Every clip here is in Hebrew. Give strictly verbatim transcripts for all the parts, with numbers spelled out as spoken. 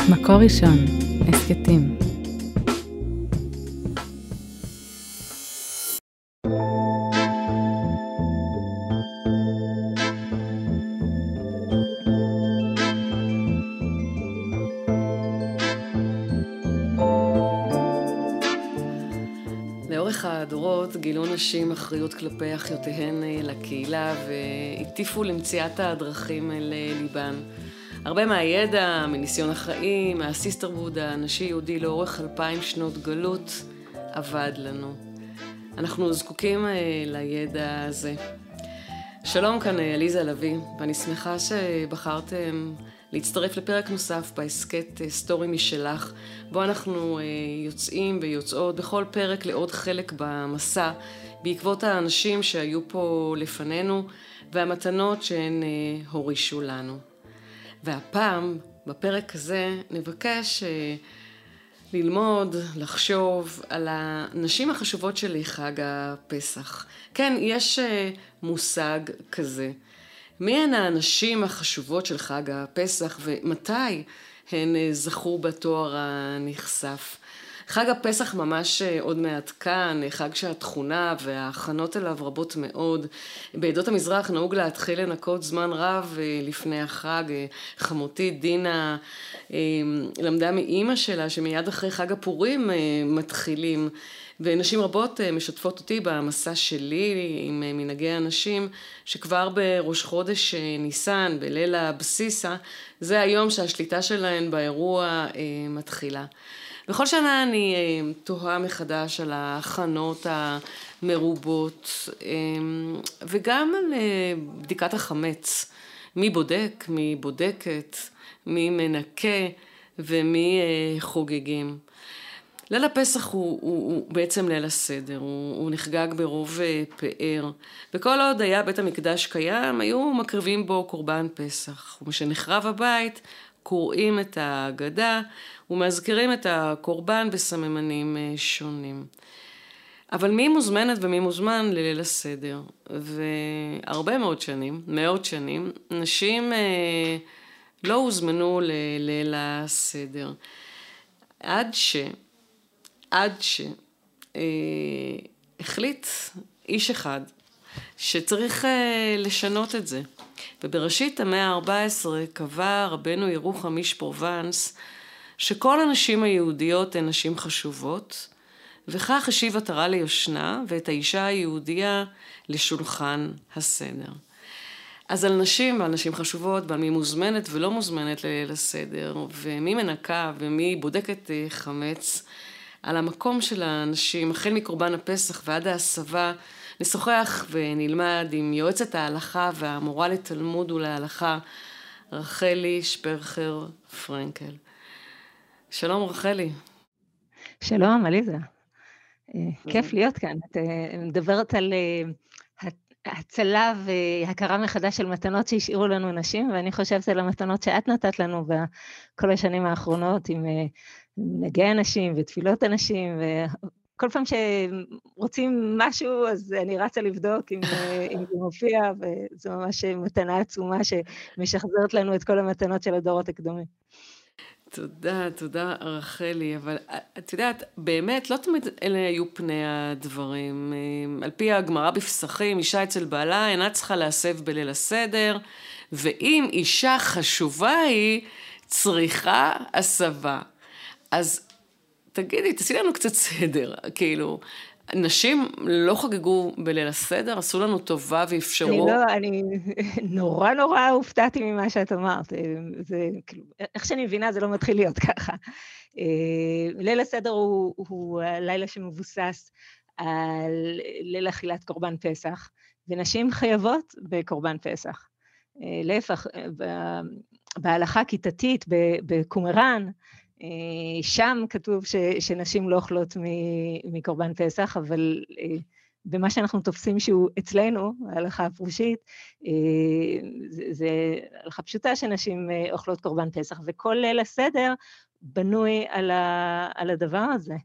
מקור ראשון, הסקטים. לאורך הדורות גילו נשים אחריות כלפי אחיותיהן לקהילה והטיפו למציאת הדרכים לליבן. הרבה מהידע, מניסיון החיים, מהסיסטרבוד הנשי יהודי לאורך אלפיים שנות גלות, עבד לנו. אנחנו זקוקים לידע הזה. שלום, כאן עליזה לביא, ואני שמחה שבחרתם להצטרף לפרק נוסף בהסקט סטורי משלך, בו אנחנו יוצאים ויוצאות בכל פרק לעוד חלק במסע, בעקבות האנשים שהיו פה לפנינו, והמתנות שהן הורישו לנו. והפעם, בפרק הזה, נבקש ללמוד, לחשוב על הנשים החשובות של חג הפסח. כן, יש מושג כזה. מי הן הנשים החשובות של חג הפסח ומתי הן זכו בתואר הנכסף? חג הפסח ממש עוד מעט כאן, חג שהתכונה וההכנות אליו רבות מאוד. בעדות המזרח נהוג להתחיל לנקות זמן רב לפני החג. חמותי דינה למדה מאימא שלה שמיד אחרי חג הפורים מתחילים. ונשים רבות משתפות אותי במסע שלי עם מנהגי הנשים, שכבר בראש חודש ניסן, בליל הבסיסה, זה היום שהשליטה שלהן באירוע מתחילה. בכל שנה אני תוהה מחדש על ההכנות המרובות, וגם על בדיקת החמץ. מי בודק, מי בודקת, מי מנקה ומי חוגגים. ליל הפסח הוא, הוא, הוא בעצם ליל הסדר, הוא, הוא נחגג ברוב פאר. וכל עוד היה בית המקדש קיים, היו מקריבים בו קורבן פסח. ומשנחרב הבית, קוראים את ההגדה ומזכירים את הקורבן בסממנים שונים. אבל מי מוזמנת ומי מוזמן לליל הסדר? והרבה מאוד שנים, מאות שנים, נשים אה, לא הוזמנו לליל הסדר. עד ש... עד שהחליט איש אחד שצריך לשנות את זה. ובראשית המאה ה-ארבע עשרה קבע רבנו ירוחם איש פרובנס שכל הנשים היהודיות הן נשים חשובות, וכך השיב עטרה ליושנה ואת האישה היהודייה לשולחן הסדר. אז על נשים ועל נשים חשובות ועל מי מוזמנת ולא מוזמנת לליל הסדר, ומי מנקה ומי בודקת חמץ, על המקום של האנשים, החל מקורבן הפסח ועד ההסבה, נשוחח ונלמד עם יועצת ההלכה והמורה לתלמוד ולהלכה, רחלי שפרכר פרנקל. שלום רחלי. שלום עליזה, כיף להיות כאן. את מדברת על הצלה והכרה מחדש של מתנות שהשאירו לנו נשים, ואני חושבת על המתנות שאת נתת לנו בכל השנים האחרונות עם מנהגי הנשים ותפילות הנשים, וכל פעם שרוצים משהו אז אני רצה לבדוק אם, אם זה מופיע, וזו ממש מתנה עצומה שמשחזרת לנו את כל המתנות של הדורות הקדומים. תודה, תודה רחלי, אבל את יודעת, באמת לא תמיד אלה היו פני הדברים. על פי הגמרא בפסחים, אישה אצל בעלה אינה צריכה להסב בליל הסדר, ואם אישה חשובה היא, צריכה הסבה. אז תגידי, תעשי לנו קצת סדר, כאילו, נשים לא חגגו בליל הסדר, עשו לנו טובה ואפשרו. אני לא, אני נורא נורא הופתעתי ממה שאת אמרת. זה, כאילו, איך שאני מבינה, זה לא מתחיל להיות ככה. ליל הסדר הוא, הוא לילה שמבוסס על ליל אכילת קורבן פסח, ונשים חייבות בקורבן פסח. להפך, בהלכה כיתתית, בקומראן, שם כתוב ש, שנשים לא אוכלות מקורבן פסח, אבל במה שאנחנו תופסים שהוא אצלנו, ההלכה הפרושית, זה, זה הלכה פשוטה שנשים אוכלות קורבן פסח, וכל ליל הסדר בנוי על, ה, על הדבר הזה.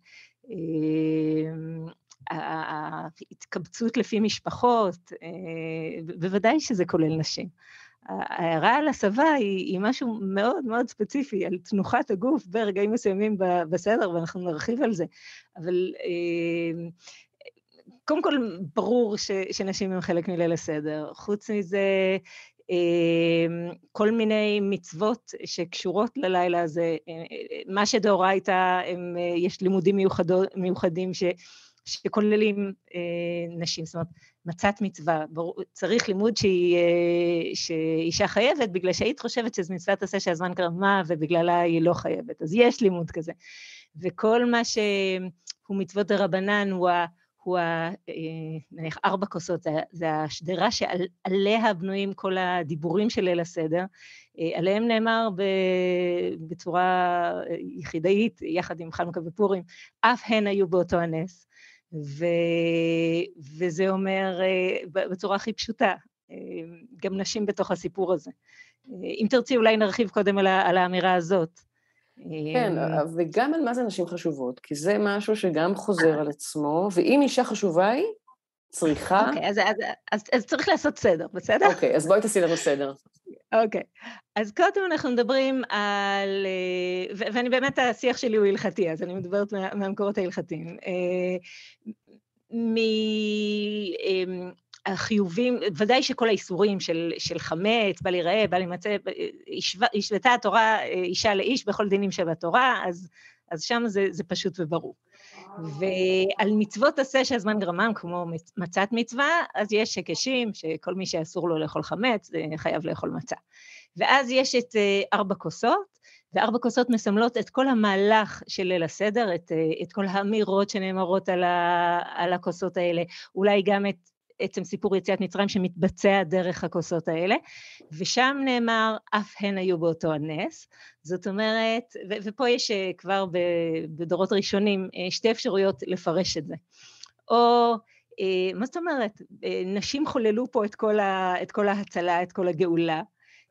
ההתקבצות לפי משפחות, בוודאי שזה כולל נשים. ההערה על הסבה היא, היא משהו מאוד מאוד ספציפי, על תנוחת הגוף ברגעים מסוימים בסדר, ואנחנו נרחיב על זה. אבל קודם כל, ברור ש, שנשים הם חלק מליל הסדר. חוץ מזה, כל מיני מצוות שקשורות ללילה הזה, מה שדאורייתא, יש לימודים מיוחדות, מיוחדים ש, שכוללים נשים, זאת אומרת, מצאת מצווה, צריך לימוד שהיא, שאישה חייבת, בגלל שהיית חושבת שזו מצווה תעשה שהזמן קרמה, ובגללה היא לא חייבת, אז יש לימוד כזה. וכל מה שהוא מצוות דרבנן, הוא ה... הוא נניח ארבע כוסות, זה השדרה שעליה בנויים כל הדיבורים של ליל הסדר, עליהם נאמר בצורה יחידאית, יחד עם חנוכה ופורים, אף הן היו באותו הנס, ו, וזה אומר בצורה הכי פשוטה, גם נשים בתוך הסיפור הזה. אם תרצי אולי נרחיב קודם על, על האמירה הזאת. כן, וגם על מה זה נשים חשובות, כי זה משהו שגם חוזר על עצמו, ואם אישה חשובה היא, צריכה... אוקיי, אז, אז, אז, אז צריך לעשות סדר, בסדר? אוקיי, אז בואי תעשי לנו סדר. אוקיי, אז קודם אנחנו מדברים על, ו- ואני באמת, השיח שלי הוא הלכתי, אז אני מדברת מה, מהמקורות ההלכתיים. מהחיובים, ודאי שכל האיסורים של, של חמץ, בל יראה, בל ימצא, השוותה התורה אישה לאיש בכל דינים שבתורה, אז, אז שם זה, זה פשוט וברור. ועל מצוות עשה שהזמן גרמם, כמו מצאת מצווה, אז יש שקשים, שכל מי שאסור לו לאכול חמץ, חייב לאכול מצה. ואז יש את ארבע כוסות, וארבע כוסות מסמלות את כל המהלך של ליל הסדר, את, את כל האמירות שנאמרות על, ה, על הכוסות האלה, אולי גם את עצם סיפור יציאת מצרים שמתבצע דרך הכוסות האלה, ושם נאמר, אף הן היו באותו הנס, זאת אומרת, ו- ופה יש כבר בדורות ראשונים שתי אפשרויות לפרש את זה, או, מה זאת אומרת, נשים חוללו פה את כל, ה- את כל ההצלה, את כל הגאולה,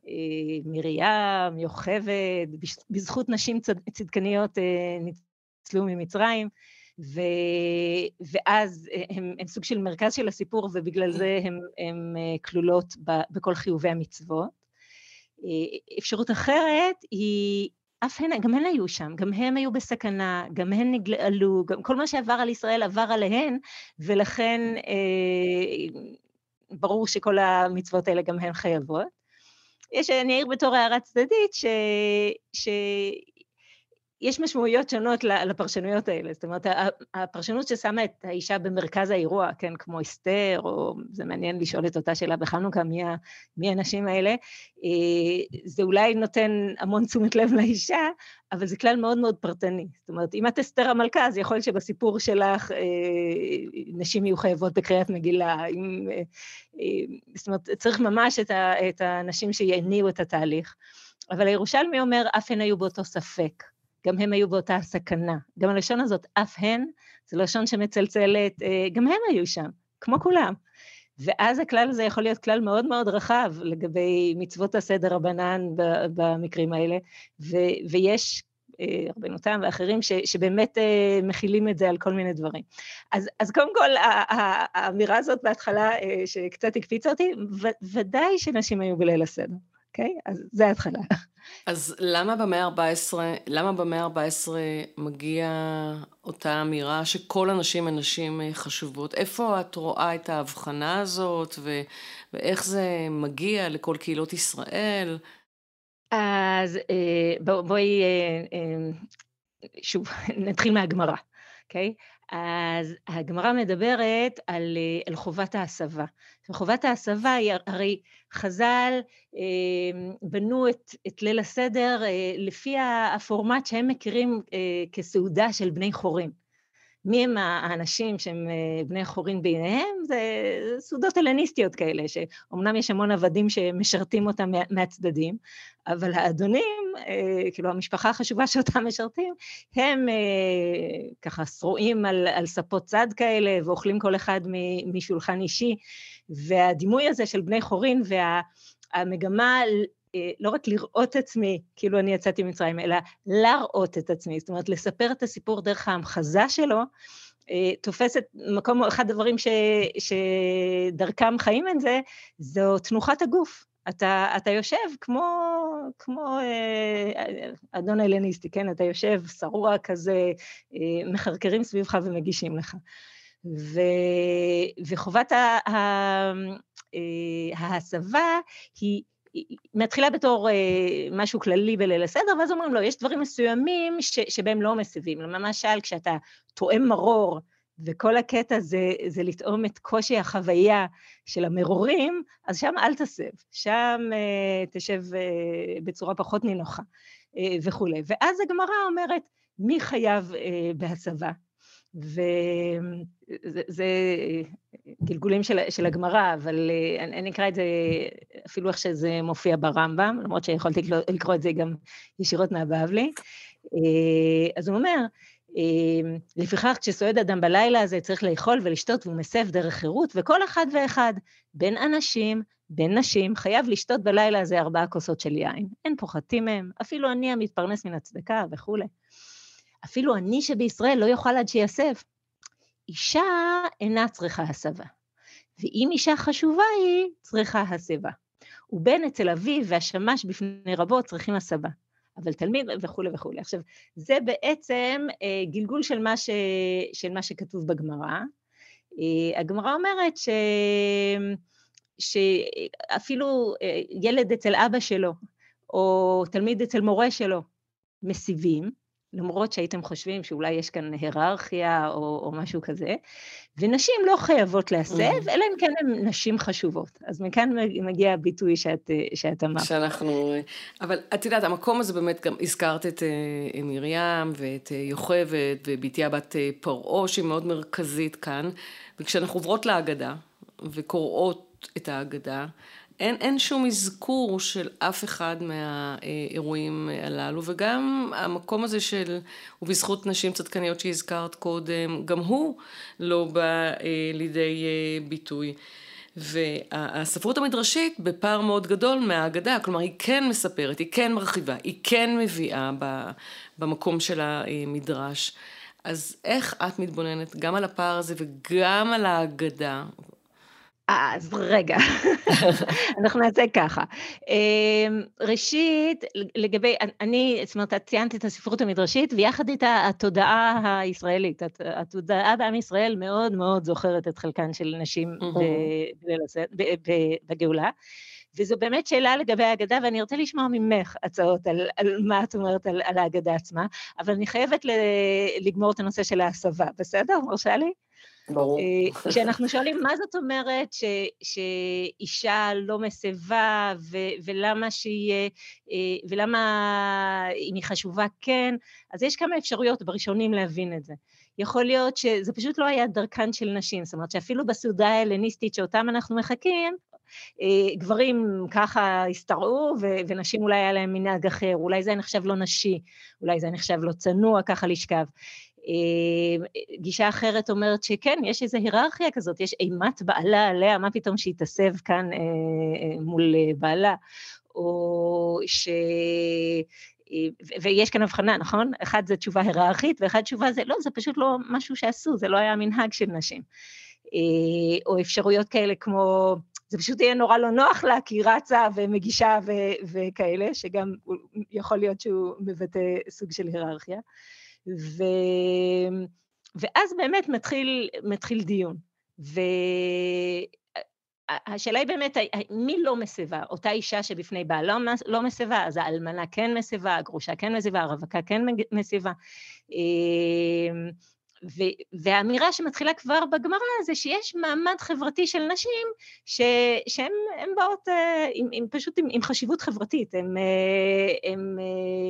מרים, יוכבד, בזכות נשים צד- צדקניות ניצלו ממצרים, ו... ואז הם, הם סוג של מרכז של הסיפור, ובגלל זה הם, הם כלולות ב, בכל חיובי המצוות. אפשרות אחרת היא, אף הן, גם הן היו שם, גם הם היו בסכנה, גם הן נגאלו, גם כל מה שעבר על ישראל עבר עליהן, ולכן אה, ברור שכל המצוות האלה גם הן חייבות. יש, אני אעיר בתור הערה צדדית, ש... ש... יש משמעויות שונות לפרשנויות האלה, זאת אומרת, הפרשנות ששמה את האישה במרכז האירוע, כן, כמו אסתר, או זה מעניין לשאול את אותה שאלה בחנוכה, מי, מי האנשים האלה, זה אולי נותן המון תשומת לב לאישה, אבל זה כלל מאוד מאוד פרטני, זאת אומרת, אם את אסתר המלכה, אז יכול להיות שבסיפור שלך נשים יהיו חייבות בקריאת מגילה, אם, זאת אומרת, צריך ממש את, ה, את האנשים שיניעו את התהליך, אבל הירושלמי אומר, אף הן היו באותו ספק, גם הם היו באותה הסכנה, גם הלשון הזאת, אף הן, זה לשון שמצלצלת, גם הם היו שם, כמו כולם, ואז הכלל הזה יכול להיות כלל מאוד מאוד רחב, לגבי מצוות הסדר רבנן במקרים האלה, ו- ויש רבנו תם ואחרים, ש- שבאמת מכילים את זה על כל מיני דברים. אז, אז קודם כל, האמירה הזאת בהתחלה, שקצת הקפיצה אותי, ו- ודאי שנשים היו בליל הסדר, אוקיי? אז זה ההתחלה. אז למה במאה ה-ארבע עשרה, למה במאה ה-ארבע עשרה מגיע אותה אמירה שכל הנשים הן נשים חשובות? איפה את רואה את ההבחנה הזאת, ו- ואיך זה מגיע לכל קהילות ישראל? אז בוא, בואי, שוב, נתחיל מהגמרא, אוקיי? אז הגמרא מדברת על, על חובת ההסבה. חובת ההסבה היא, הרי חז"ל בנו את, את ליל הסדר לפי הפורמט שהם מכירים כסעודה של בני חורין. מי הם האנשים שהם בני חורין ביניהם? זה סעודות הלניסטיות כאלה, שאומנם יש המון עבדים שמשרתים אותם מהצדדים, אבל האדונים, כאילו המשפחה החשובה שאותם משרתים, הם ככה שרועים על, על ספות צד כאלה, ואוכלים כל אחד משולחן אישי, והדימוי הזה של בני חורין, והמגמה לא רק לראות עצמי, כאילו אני יצאתי ממצרים, אלא להראות את עצמי, זאת אומרת, לספר את הסיפור דרך ההמחזה שלו, תופסת מקום, אחד הדברים ש, שדרכם חיים את זה, זו תנוחת הגוף. אתה, אתה יושב כמו, כמו אה, אדון הלניסטי, כן? אתה יושב שרוע כזה, אה, מחרקרים סביבך ומגישים לך. ו, וחובת ה, ה, אה, ההסבה היא, היא מתחילה בתור אה, משהו כללי בליל הסדר, ואז אומרים לו, יש דברים מסוימים ש, שבהם לא מסבים. למשל, כשאתה טועם מרור, וכל הקטע זה, זה לטעום את קושי החוויה של המרורים, אז שם אל תסב, שם אה, תשב אה, בצורה פחות נינוחה אה, וכו'. ואז הגמרא אומרת, מי חייב אה, בהסבה? וזה זה גלגולים של, של הגמרא, אבל אה, אני, אני אקרא את זה אפילו איך שזה מופיע ברמב"ם, למרות שיכולתי לקרוא, לקרוא את זה גם ישירות מהבבלי. אה, אז הוא אומר, לפיכך כשסועד אדם בלילה הזה צריך לאכול ולשתות והוא מסב דרך חירות, וכל אחד ואחד, בין אנשים, בין נשים, חייב לשתות בלילה הזה ארבעה כוסות של יין. אין פוחתים מהם, אפילו אני המתפרנס מן הצדקה וכו'. אפילו אני שבישראל לא יוכל עד שיסב. אישה אינה צריכה הסבה, ואם אישה חשובה היא, צריכה הסבה. ובן אצל אביו והשמש בפני רבות צריכים הסבה. אבל תלמיד וכו' וכו'. עכשיו, זה בעצם אה, גלגול של מה, ש, של מה שכתוב בגמרא. אה, הגמרא אומרת ש, שאפילו אה, ילד אצל אבא שלו, או תלמיד אצל מורה שלו, מסיבים, למרות שהייתם חושבים שאולי יש כאן היררכיה או, או משהו כזה, ונשים לא חייבות להסב, אלא אם כן הן נשים חשובות. אז מכאן מגיע הביטוי שאת, שאת אמרת. שאנחנו, אבל את יודעת, המקום הזה באמת גם הזכרת את מרים ואת יוכבד וביתיה בת פרעה, שהיא מאוד מרכזית כאן, וכשאנחנו עוברות להגדה וקוראות את ההגדה, אין, אין שום אזכור של אף אחד מהאירועים הללו, וגם המקום הזה של, ובזכות נשים צדקניות שהזכרת קודם, גם הוא לא בא לידי ביטוי. והספרות המדרשית בפער מאוד גדול מההגדה, כלומר היא כן מספרת, היא כן מרחיבה, היא כן מביאה במקום של המדרש. אז איך את מתבוננת גם על הפער הזה וגם על ההגדה? אז רגע, אנחנו נעשה ככה. ראשית, לגבי, אני, זאת אומרת, את ציינת את הספרות המדרשית, ויחד איתה התודעה הישראלית, התודעה בעם ישראל מאוד מאוד זוכרת את חלקן של נשים בגאולה, וזו באמת שאלה לגבי ההגדה, ואני רוצה לשמוע ממך הצעות על, על מה את אומרת על, על ההגדה עצמה, אבל אני חייבת לגמור את הנושא של ההסבה, בסדר? מרשה לי? ברור. כשאנחנו שואלים מה זאת אומרת ש, שאישה לא מסבה ו, ולמה שהיא, ולמה אם היא חשובה כן, אז יש כמה אפשרויות בראשונים להבין את זה. יכול להיות שזה פשוט לא היה דרכן של נשים, זאת אומרת שאפילו בסעודה ההלניסטית שאותם אנחנו מחכים, גברים ככה הסתרעו ונשים אולי היה להם מנהג אחר, אולי זה נחשב לא נשי, אולי זה נחשב לא צנוע ככה לשכב. גישה אחרת אומרת שכן, יש איזו היררכיה כזאת, יש אימת בעלה עליה, מה פתאום שהיא תסב כאן מול בעלה, או ש... ויש כאן הבחנה, נכון? אחד זה תשובה היררכית, ואחד תשובה זה, לא, זה פשוט לא משהו שעשו, זה לא היה מנהג של נשים. או אפשרויות כאלה כמו, זה פשוט יהיה נורא לא נוח לה, כי היא רצה ומגישה ו- וכאלה, שגם יכול להיות שהוא מבטא סוג של היררכיה. ו... ואז באמת מתחיל, מתחיל דיון. והשאלה היא באמת, מי לא מסבה? אותה אישה שבפני בעלה לא מסבה, אז האלמנה כן מסבה, הגרושה כן מסבה, הרווקה כן מסבה. והאמירה שמתחילה כבר בגמרא זה שיש מעמד חברתי של נשים שהן באות עם, עם, פשוט עם, עם חשיבות חברתית, הן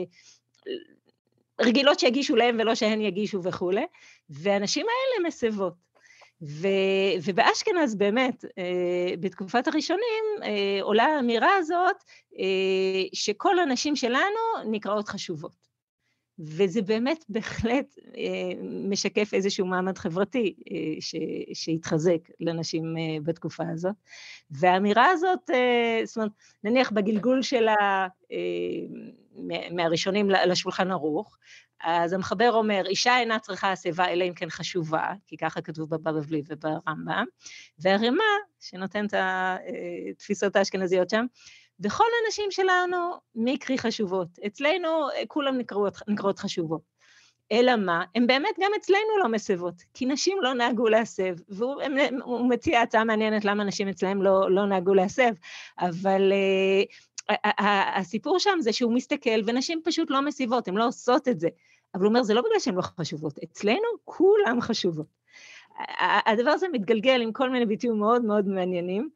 רגילות שיגישו להם ולא שהן יגישו וכו', והנשים האלה מסבות. ו, ובאשכנז באמת, בתקופת הראשונים, עולה האמירה הזאת שכל הנשים שלנו נקראות חשובות. וזה באמת בהחלט משקף איזשהו מעמד חברתי שהתחזק לנשים בתקופה הזאת. והאמירה הזאת, זאת אומרת, נניח בגלגול שלה מהראשונים לשולחן ערוך, אז המחבר אומר, אישה אינה צריכה הסבה, אלא אם כן חשובה, כי ככה כתוב בבבלי וברמב"ם, והרמ"א, שנותן את התפיסות האשכנזיות שם, וכל הנשים שלנו מקרי חשובות. אצלנו כולם נקראות, נקראות חשובות. אלא מה? הן באמת גם אצלנו לא מסבות, כי נשים לא נהגו להסב, והוא הם, הוא מציע הצעה מעניינת למה נשים אצלהם לא, לא נהגו להסב, אבל uh, הסיפור שם זה שהוא מסתכל, ונשים פשוט לא מסיבות, הן לא עושות את זה. אבל הוא אומר, זה לא בגלל שהן לא חשובות, אצלנו כולם חשובות. הדבר הזה מתגלגל עם כל מיני ביטויים מאוד מאוד מעניינים.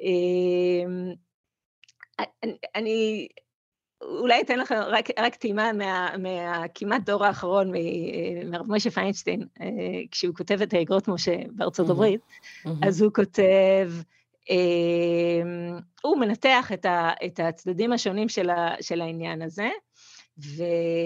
אני, אני אולי אתן לכם רק, רק טעימה מה, מהכמעט דור האחרון, מהרב משה פיינשטיין, כשהוא כותב את האגרות משה בארצות הברית, אז הוא כותב, הוא מנתח את, ה, את הצדדים השונים של, ה, של העניין הזה, ו...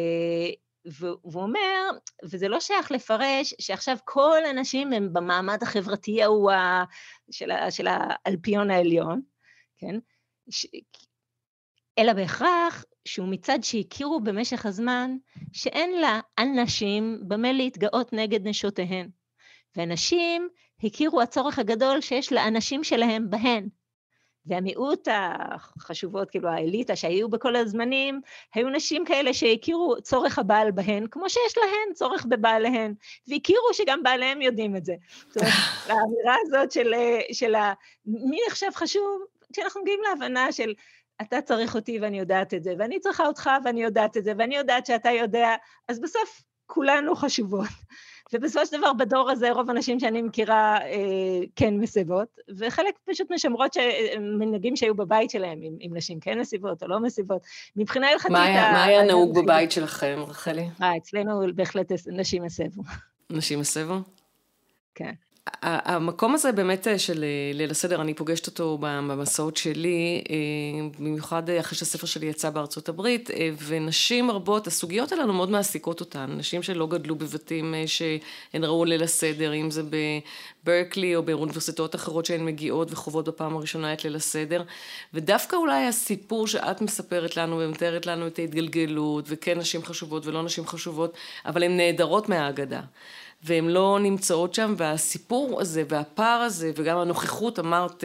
והוא אומר, וזה לא שייך לפרש, שעכשיו כל האנשים הם במעמד החברתי ההוא של, של האלפיון העליון, כן? ש... אלא בהכרח שהוא מצד שהכירו במשך הזמן, שאין לה אנשים במה להתגאות נגד נשותיהן. ואנשים הכירו הצורך הגדול שיש לאנשים שלהם בהן. והמיעוט החשובות, כאילו האליטה שהיו בכל הזמנים, היו נשים כאלה שהכירו צורך הבעל בהן, כמו שיש להן צורך בבעליהן, והכירו שגם בעליהם יודעים את זה. זאת אומרת, האמירה הזאת של, של מי נחשב חשוב, כשאנחנו מגיעים להבנה של, אתה צריך אותי ואני יודעת את זה, ואני צריכה אותך ואני יודעת את זה, ואני יודעת שאתה יודע, אז בסוף כולנו חשובות. ובסופו של דבר בדור הזה רוב האנשים שאני מכירה אה, כן מסיבות, וחלק פשוט משמרות מנהגים שהיו בבית שלהם, עם, עם נשים כן מסיבות או לא מסיבות. מבחינה הלכתית... מה היה, ה... מה היה נהוג בבית שלכם, רחלי? אה, אצלנו בהחלט נשים מסבו. נשים מסבו? כן. המקום הזה באמת של ליל הסדר, אני פוגשת אותו במסעות שלי, במיוחד אחרי שהספר שלי יצא בארצות הברית, ונשים רבות, הסוגיות הללו מאוד מעסיקות אותן, נשים שלא גדלו בבתים שהן ראו ליל הסדר, אם זה בברקלי או באוניברסיטאות אחרות שהן מגיעות וחוות בפעם הראשונה את ליל הסדר, ודווקא אולי הסיפור שאת מספרת לנו ומתארת לנו את ההתגלגלות, וכן נשים חשובות ולא נשים חשובות, אבל הן נהדרות מהאגדה. והן לא נמצאות שם, והסיפור הזה והפער הזה, וגם הנוכחות, אמרת,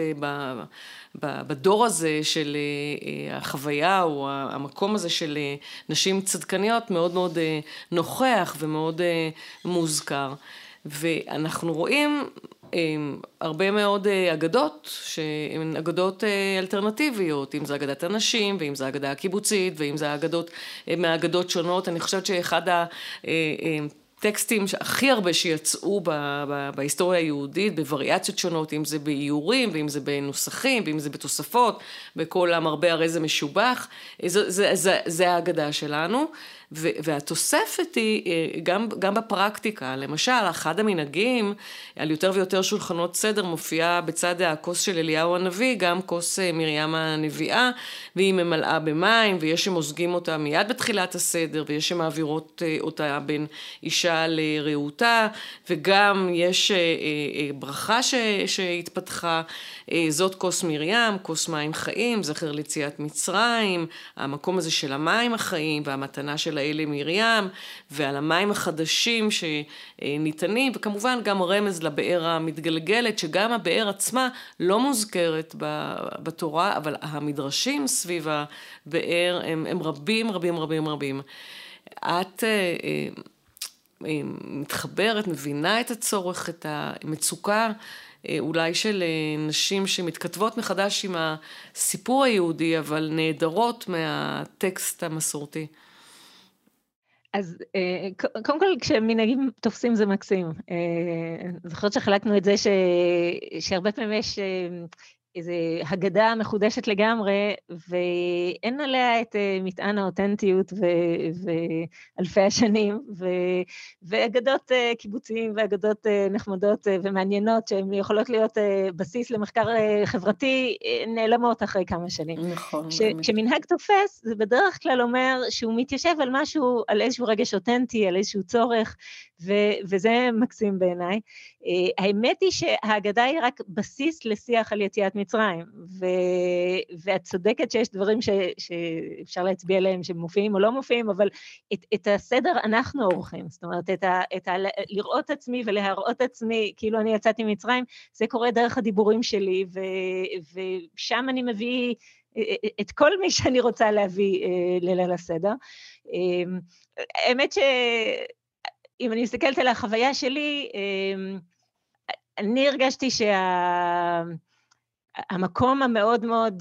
בדור הזה של החוויה, או המקום הזה של נשים צדקניות, מאוד מאוד נוכח ומאוד מוזכר. ואנחנו רואים הרבה מאוד אגדות, שהן אגדות אלטרנטיביות, אם זה אגדת הנשים, ואם זה אגדה הקיבוצית, ואם זה אגדות מהאגדות שונות. אני חושבת שאחד ה... טקסטים הכי הרבה שיצאו ב- ב- בהיסטוריה היהודית, בווריאציות שונות, אם זה באיורים, ואם זה בנוסחים, ואם זה בתוספות, בכל המרבה הרי זה משובח, זה, זה, זה, זה האגדה שלנו, ו- והתוספת היא גם, גם בפרקטיקה, למשל, אחד המנהגים, על יותר ויותר שולחנות סדר, מופיעה בצד הכוס של אליהו הנביא, גם כוס מרים הנביאה, והיא ממלאה במים, ויש שמוזגים אותה מיד בתחילת הסדר, ויש שמעבירות אותה בין אישה לרעותה, וגם יש ברכה ש- שהתפתחה, זאת כוס מרים, כוס מים חיים, זכר ליציאת מצרים, המקום הזה של המים החיים, והמתנה של האלה מרים, ועל המים החדשים שניתנים, וכמובן גם רמז לבאר המתגלגלת, שגם הבאר עצמה לא מוזכרת בתורה, אבל המדרשים סביב הבאר הם, הם רבים, רבים, רבים, רבים. את מתחברת, מבינה את הצורך, את המצוקה, אולי של נשים שמתכתבות מחדש עם הסיפור היהודי, אבל נהדרות מהטקסט המסורתי. אז קודם כל, כשמנהגים תופסים זה מקסים. זוכרת שחלקנו את זה ש... שהרבה פעמים יש איזו הגדה מחודשת לגמרי, ואין עליה את מטען האותנטיות ו... ואלפי השנים, ו... ואגדות קיבוציים ואגדות נחמדות ומעניינות, שהן יכולות להיות בסיס למחקר חברתי, נעלמות אחרי כמה שנים. נכון. ש... כשמנהג תופס, זה בדרך כלל אומר שהוא מתיישב על משהו, על איזשהו רגש אותנטי, על איזשהו צורך, ו... וזה מקסים בעיניי. האמת היא שהאגדה היא רק בסיס לשיח על יציאת מצרים, ו... ואת צודקת שיש דברים ש... שאפשר להצביע עליהם שמופיעים או לא מופיעים, אבל את, את הסדר אנחנו עורכים, זאת אומרת, את ה... את ה... לראות עצמי ולהראות עצמי, כאילו אני יצאתי ממצרים, זה קורה דרך הדיבורים שלי, ו... ושם אני מביא את כל מי שאני רוצה להביא לליל הסדר. האמת שאם אני מסתכלת על החוויה שלי, אני הרגשתי שהמקום המאוד מאוד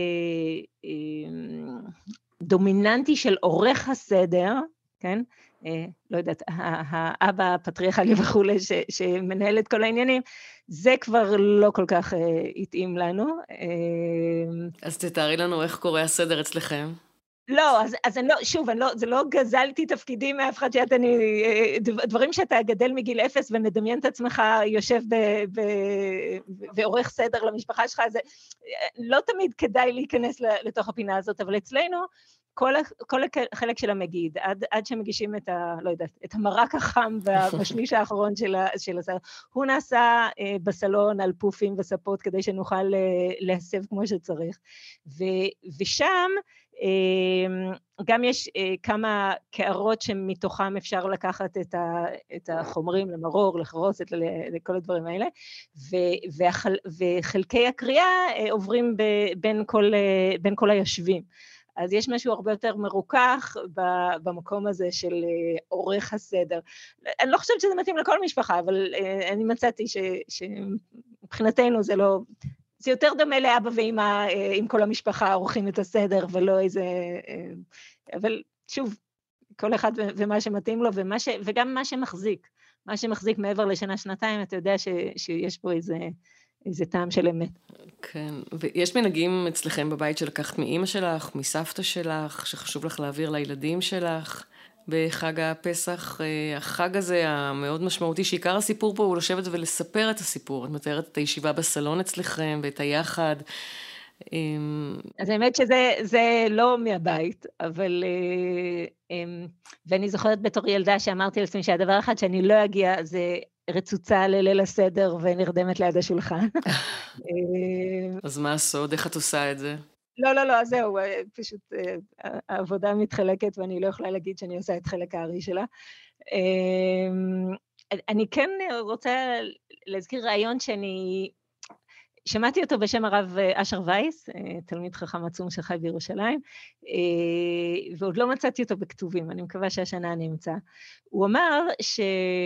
דומיננטי של עורך הסדר, כן? לא יודעת, האבא הפטריארכלי וכולי שמנהל את כל העניינים, זה כבר לא כל כך התאים לנו. אז תתארי לנו איך קורה הסדר אצלכם. לא, אז, אז אני לא, שוב, אני לא, זה לא גזלתי תפקידים מאף אחד שאת אני, דברים שאתה גדל מגיל אפס ומדמיין את עצמך יושב ב, ב, ועורך סדר למשפחה שלך, זה לא תמיד כדאי להיכנס לתוך הפינה הזאת, אבל אצלנו, כל, כל החלק של המגיד, עד, עד שמגישים את ה, לא יודעת, את המרק החם בשליש האחרון של, של הסדר, הוא נעשה אה, בסלון על פופים וספות כדי שנוכל אה, להסב כמו שצריך, ו, ושם אה, גם יש אה, כמה קערות שמתוכם אפשר לקחת את, ה, את החומרים למרור, לחרוס, את, לכל הדברים האלה, ו, והחל, וחלקי הקריאה אה, עוברים ב, בין, כל, אה, בין כל היושבים. אז יש משהו הרבה יותר מרוכך במקום הזה של עורך הסדר. אני לא חושבת שזה מתאים לכל משפחה, אבל אני מצאתי שמבחינתנו זה לא, זה יותר דומה לאבא ואמא עם כל המשפחה עורכים את הסדר, ולא איזה, אבל שוב, כל אחד ומה שמתאים לו, ומה ש, וגם מה שמחזיק, מה שמחזיק מעבר לשנה, שנתיים, אתה יודע ש, שיש פה איזה, איזה טעם של אמת. כן, ויש מנהגים אצלכם בבית שלקחת מאמא שלך, מסבתא שלך, שחשוב לך להעביר לילדים שלך בחג הפסח, החג הזה המאוד משמעותי, שעיקר הסיפור פה הוא לשבת ולספר את הסיפור, את מתארת את הישיבה בסלון אצלכם ואת היחד. אז האמת שזה זה לא מהבית, אבל, ואני זוכרת בתור ילדה שאמרתי לעצמי שהדבר אחד שאני לא אגיע זה רצוצה לליל הסדר ונרדמת ליד השולחן. אז מה הסוד? איך את עושה את זה? לא, לא, לא, זהו, פשוט העבודה מתחלקת ואני לא יכולה להגיד שאני עושה את חלק הארי שלה. אני כן רוצה להזכיר רעיון שאני שמעתי אותו בשם הרב אשר וייס, תלמיד חכם עצום שחי בירושלים, ועוד לא מצאתי אותו בכתובים, אני מקווה שהשנה אני אמצא. הוא אמר ש...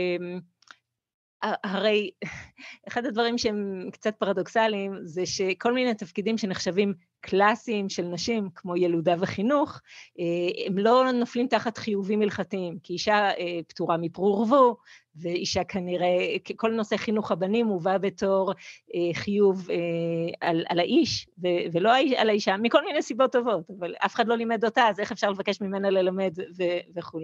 הרי אחד הדברים שהם קצת פרדוקסליים, זה שכל מיני תפקידים שנחשבים קלאסיים של נשים, כמו ילודה וחינוך, הם לא נופלים תחת חיובים הלכתיים, כי אישה פטורה מפרו ורבו, ואישה כנראה, כל נושא חינוך הבנים מובא בתור חיוב על, על האיש, ולא על האישה, מכל מיני סיבות טובות, אבל אף אחד לא לימד אותה, אז איך אפשר לבקש ממנה ללמד וכו'.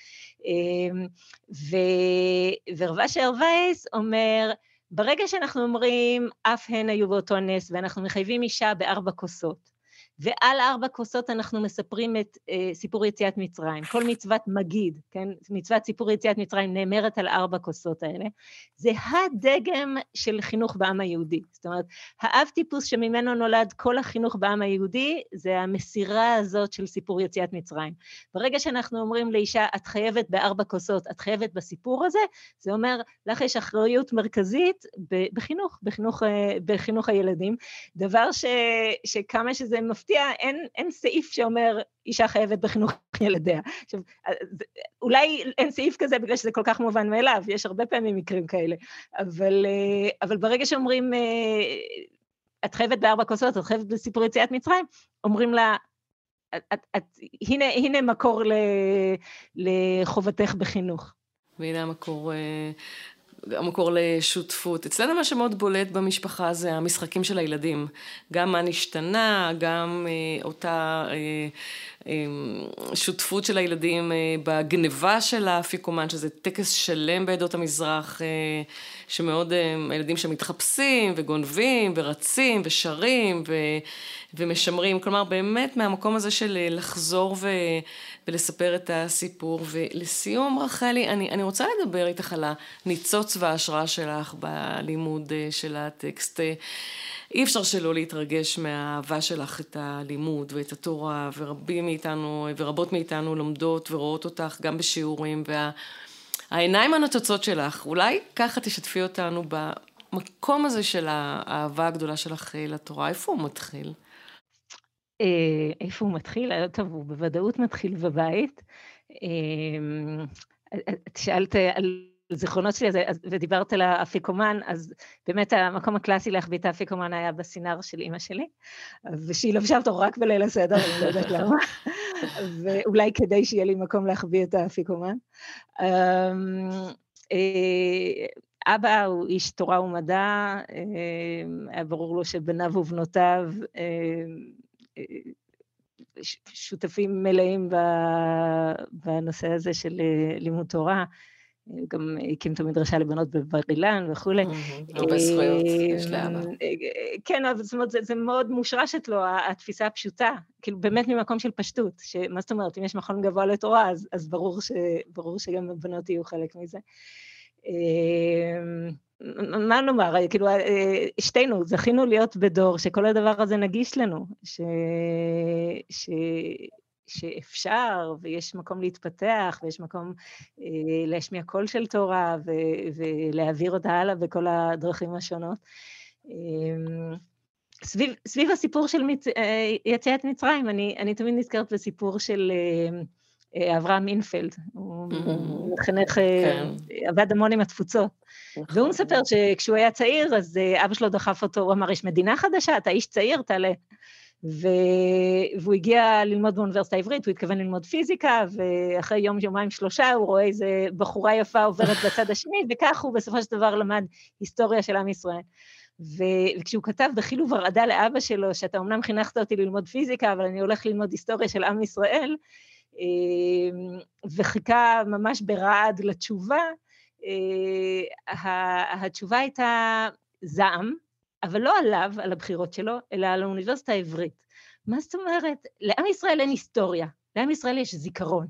ורב אשר וייס אומר, ברגע שאנחנו אומרים, אף הן היו באותו נס, ואנחנו מחייבים אישה בארבע כוסות, ועל ארבע כוסות אנחנו מספרים את uh, סיפור יציאת מצרים, כל מצוות מגיד, כן? מצוות סיפור יציאת מצרים נאמרת על ארבע כוסות האלה, זה הדגם של חינוך בעם היהודי, זאת אומרת, האב טיפוס שממנו נולד כל החינוך בעם היהודי, זה המסירה הזאת של סיפור יציאת מצרים. ברגע שאנחנו אומרים לאישה, את חייבת בארבע כוסות, את חייבת בסיפור הזה, זה אומר, לך יש אחריות מרכזית בחינוך, בחינוך, בחינוך הילדים, דבר ש, שכמה שזה מפתיע, אין, אין סעיף שאומר אישה חייבת בחינוך ילדיה. עכשיו, אולי אין סעיף כזה בגלל שזה כל כך מובן מאליו, יש הרבה פעמים מקרים כאלה, אבל, אבל ברגע שאומרים, את חייבת בארבע כוסות, את חייבת בסיפור יציאת מצרים, אומרים לה, את, את, את, הנה, הנה מקור ל, לחובתך בחינוך. והנה המקור... המקור לשותפות. אצלנו מה שמאוד בולט במשפחה זה המשחקים של הילדים. גם מה נשתנה, גם אה, אותה אה, אה, שותפות של הילדים אה, בגניבה של האפיקומן, שזה טקס שלם בעדות המזרח, אה, שמאוד אה, הילדים שמתחפשים וגונבים ורצים ושרים ו, ומשמרים. כלומר, באמת מהמקום הזה של לחזור ו, ולספר את הסיפור. ולסיום, רחלי, אני, אני רוצה לדבר איתך על הניצוץ וההשראה שלך בלימוד של הטקסט. אי אפשר שלא להתרגש מהאהבה שלך את הלימוד ואת התורה, ורבים מאיתנו ורבות מאיתנו לומדות ורואות אותך גם בשיעורים, והעיניים הנוצצות שלך, אולי ככה תשתפי אותנו במקום הזה של האהבה הגדולה שלך לתורה, איפה הוא מתחיל? איפה הוא מתחיל? טוב, הוא בוודאות מתחיל בבית. את שאלת על זיכרונות שלי, ודיברת על האפיקומן, אז באמת המקום הקלאסי להחביא את האפיקומן היה בסינר של אמא שלי, ושהיא לבשה אותו רק בליל הסדר, אני לא יודעת למה, ואולי כדי שיהיה לי מקום להחביא את האפיקומן. אבא הוא איש תורה ומדע, היה ברור לו שבניו ובנותיו שותפים מלאים בנושא הזה של לימוד תורה, גם הקים את המדרשה לבנות בבר אילן וכו'. הרבה זכויות יש לאבא. כן, זאת אומרת, זה מאוד מושרשת לו, התפיסה הפשוטה, כאילו באמת ממקום של פשטות, מה זאת אומרת, אם יש מכון גבוה לתורה, אז ברור שגם הבנות יהיו חלק מזה. מה נאמר, כאילו, שתינו, זכינו להיות בדור שכל הדבר הזה נגיש לנו, ש... שאפשר, ויש מקום להתפתח, ויש מקום אה, להשמיע קול של תורה, ו- ולהעביר אותה הלאה בכל הדרכים השונות. אה, סביב, סביב הסיפור של מצ... אה, יציאת מצרים, אני, אני תמיד נזכרת בסיפור של אה, אה, אברהם אינפלד, הוא מחנך, כן. עבד המון עם התפוצות, נכון. והוא מספר שכשהוא היה צעיר, אז אה, אבא שלו דחף אותו, הוא אמר, יש מדינה חדשה, אתה איש צעיר, תעלה. והוא הגיע ללמוד באוניברסיטה העברית, הוא התכוון ללמוד פיזיקה, ואחרי יום, יומיים, שלושה, הוא רואה איזה בחורה יפה עוברת בצד השני, וכך הוא בסופו של דבר למד היסטוריה של עם ישראל. וכשהוא כתב בחיל וברעדה לאבא שלו, שאתה אמנם חינכת אותי ללמוד פיזיקה, אבל אני הולך ללמוד היסטוריה של עם ישראל, וחיכה ממש ברעד לתשובה, התשובה הייתה זעם, אבל לא עליו, על הבחירות שלו, אלא על האוניברסיטה העברית. מה זאת אומרת? לעם ישראל אין היסטוריה, לעם ישראל יש זיכרון.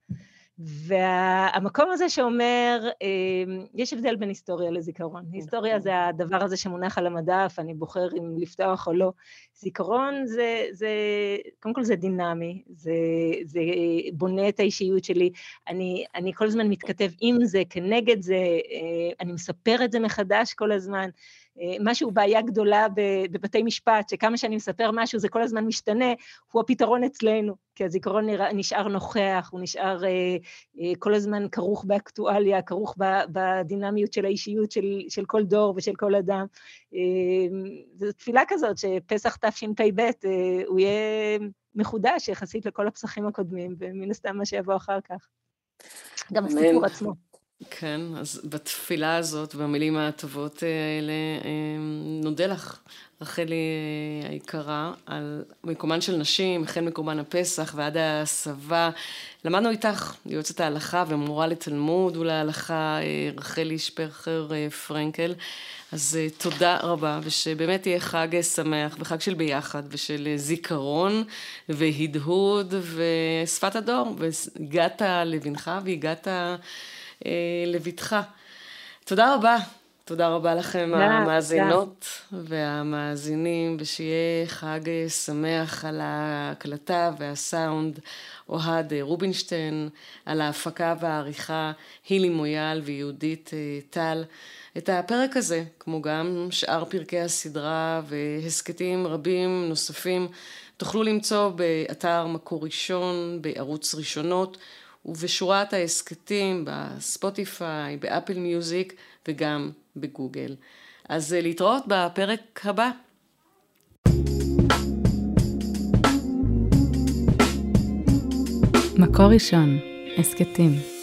והמקום הזה שאומר, יש הבדל בין היסטוריה לזיכרון. היסטוריה זה הדבר הזה שמונח על המדף, אני בוחר אם לפתוח או לא. זיכרון זה, זה קודם כל זה דינמי, זה, זה בונה את האישיות שלי, אני, אני כל הזמן מתכתב עם זה, כנגד זה, אני מספר את זה מחדש כל הזמן, משהו בעיה גדולה בבתי משפט, שכמה שאני מספר משהו זה כל הזמן משתנה, הוא הפתרון אצלנו, כי הזיכרון נשאר נוכח, הוא נשאר כל הזמן כרוך באקטואליה, כרוך בדינמיות של האישיות של, של כל דור ושל כל אדם. זו תפילה כזאת שפסח תשפ"ב הוא יהיה מחודש יחסית לכל הפסחים הקודמים, ומן הסתם מה שיבוא אחר כך. גם הסיפור עצמו. כן, אז בתפילה הזאת, במילים הטובות האלה, נודה לך, רחלי היקרה, על מקומן של נשים, החל מקומן הפסח ועד הסבה. למדנו איתך, יועצת ההלכה ומורה לתלמוד ולהלכה, רחלי שפרכר פרנקל. אז תודה רבה, ושבאמת יהיה חג שמח, וחג של ביחד, ושל זיכרון והדהוד ושפת הדור, והגעת לבנך והגעת לביתך. תודה רבה. תודה רבה לכם המאזינות והמאזינים, ושיהיה חג שמח על ההקלטה והסאונד, אוהד רובינשטיין, על ההפקה והעריכה, הילי מויאל ויהודית טל. את הפרק הזה, כמו גם שאר פרקי הסדרה והסקטים רבים נוספים, תוכלו למצוא באתר מקור ראשון, בערוץ ראשונות, ובשורת ההסקטים בספוטיפיי, באפל מיוזיק וגם בגוגל. אז להתראות בפרק הבא. מקור ראשון, הסקטים.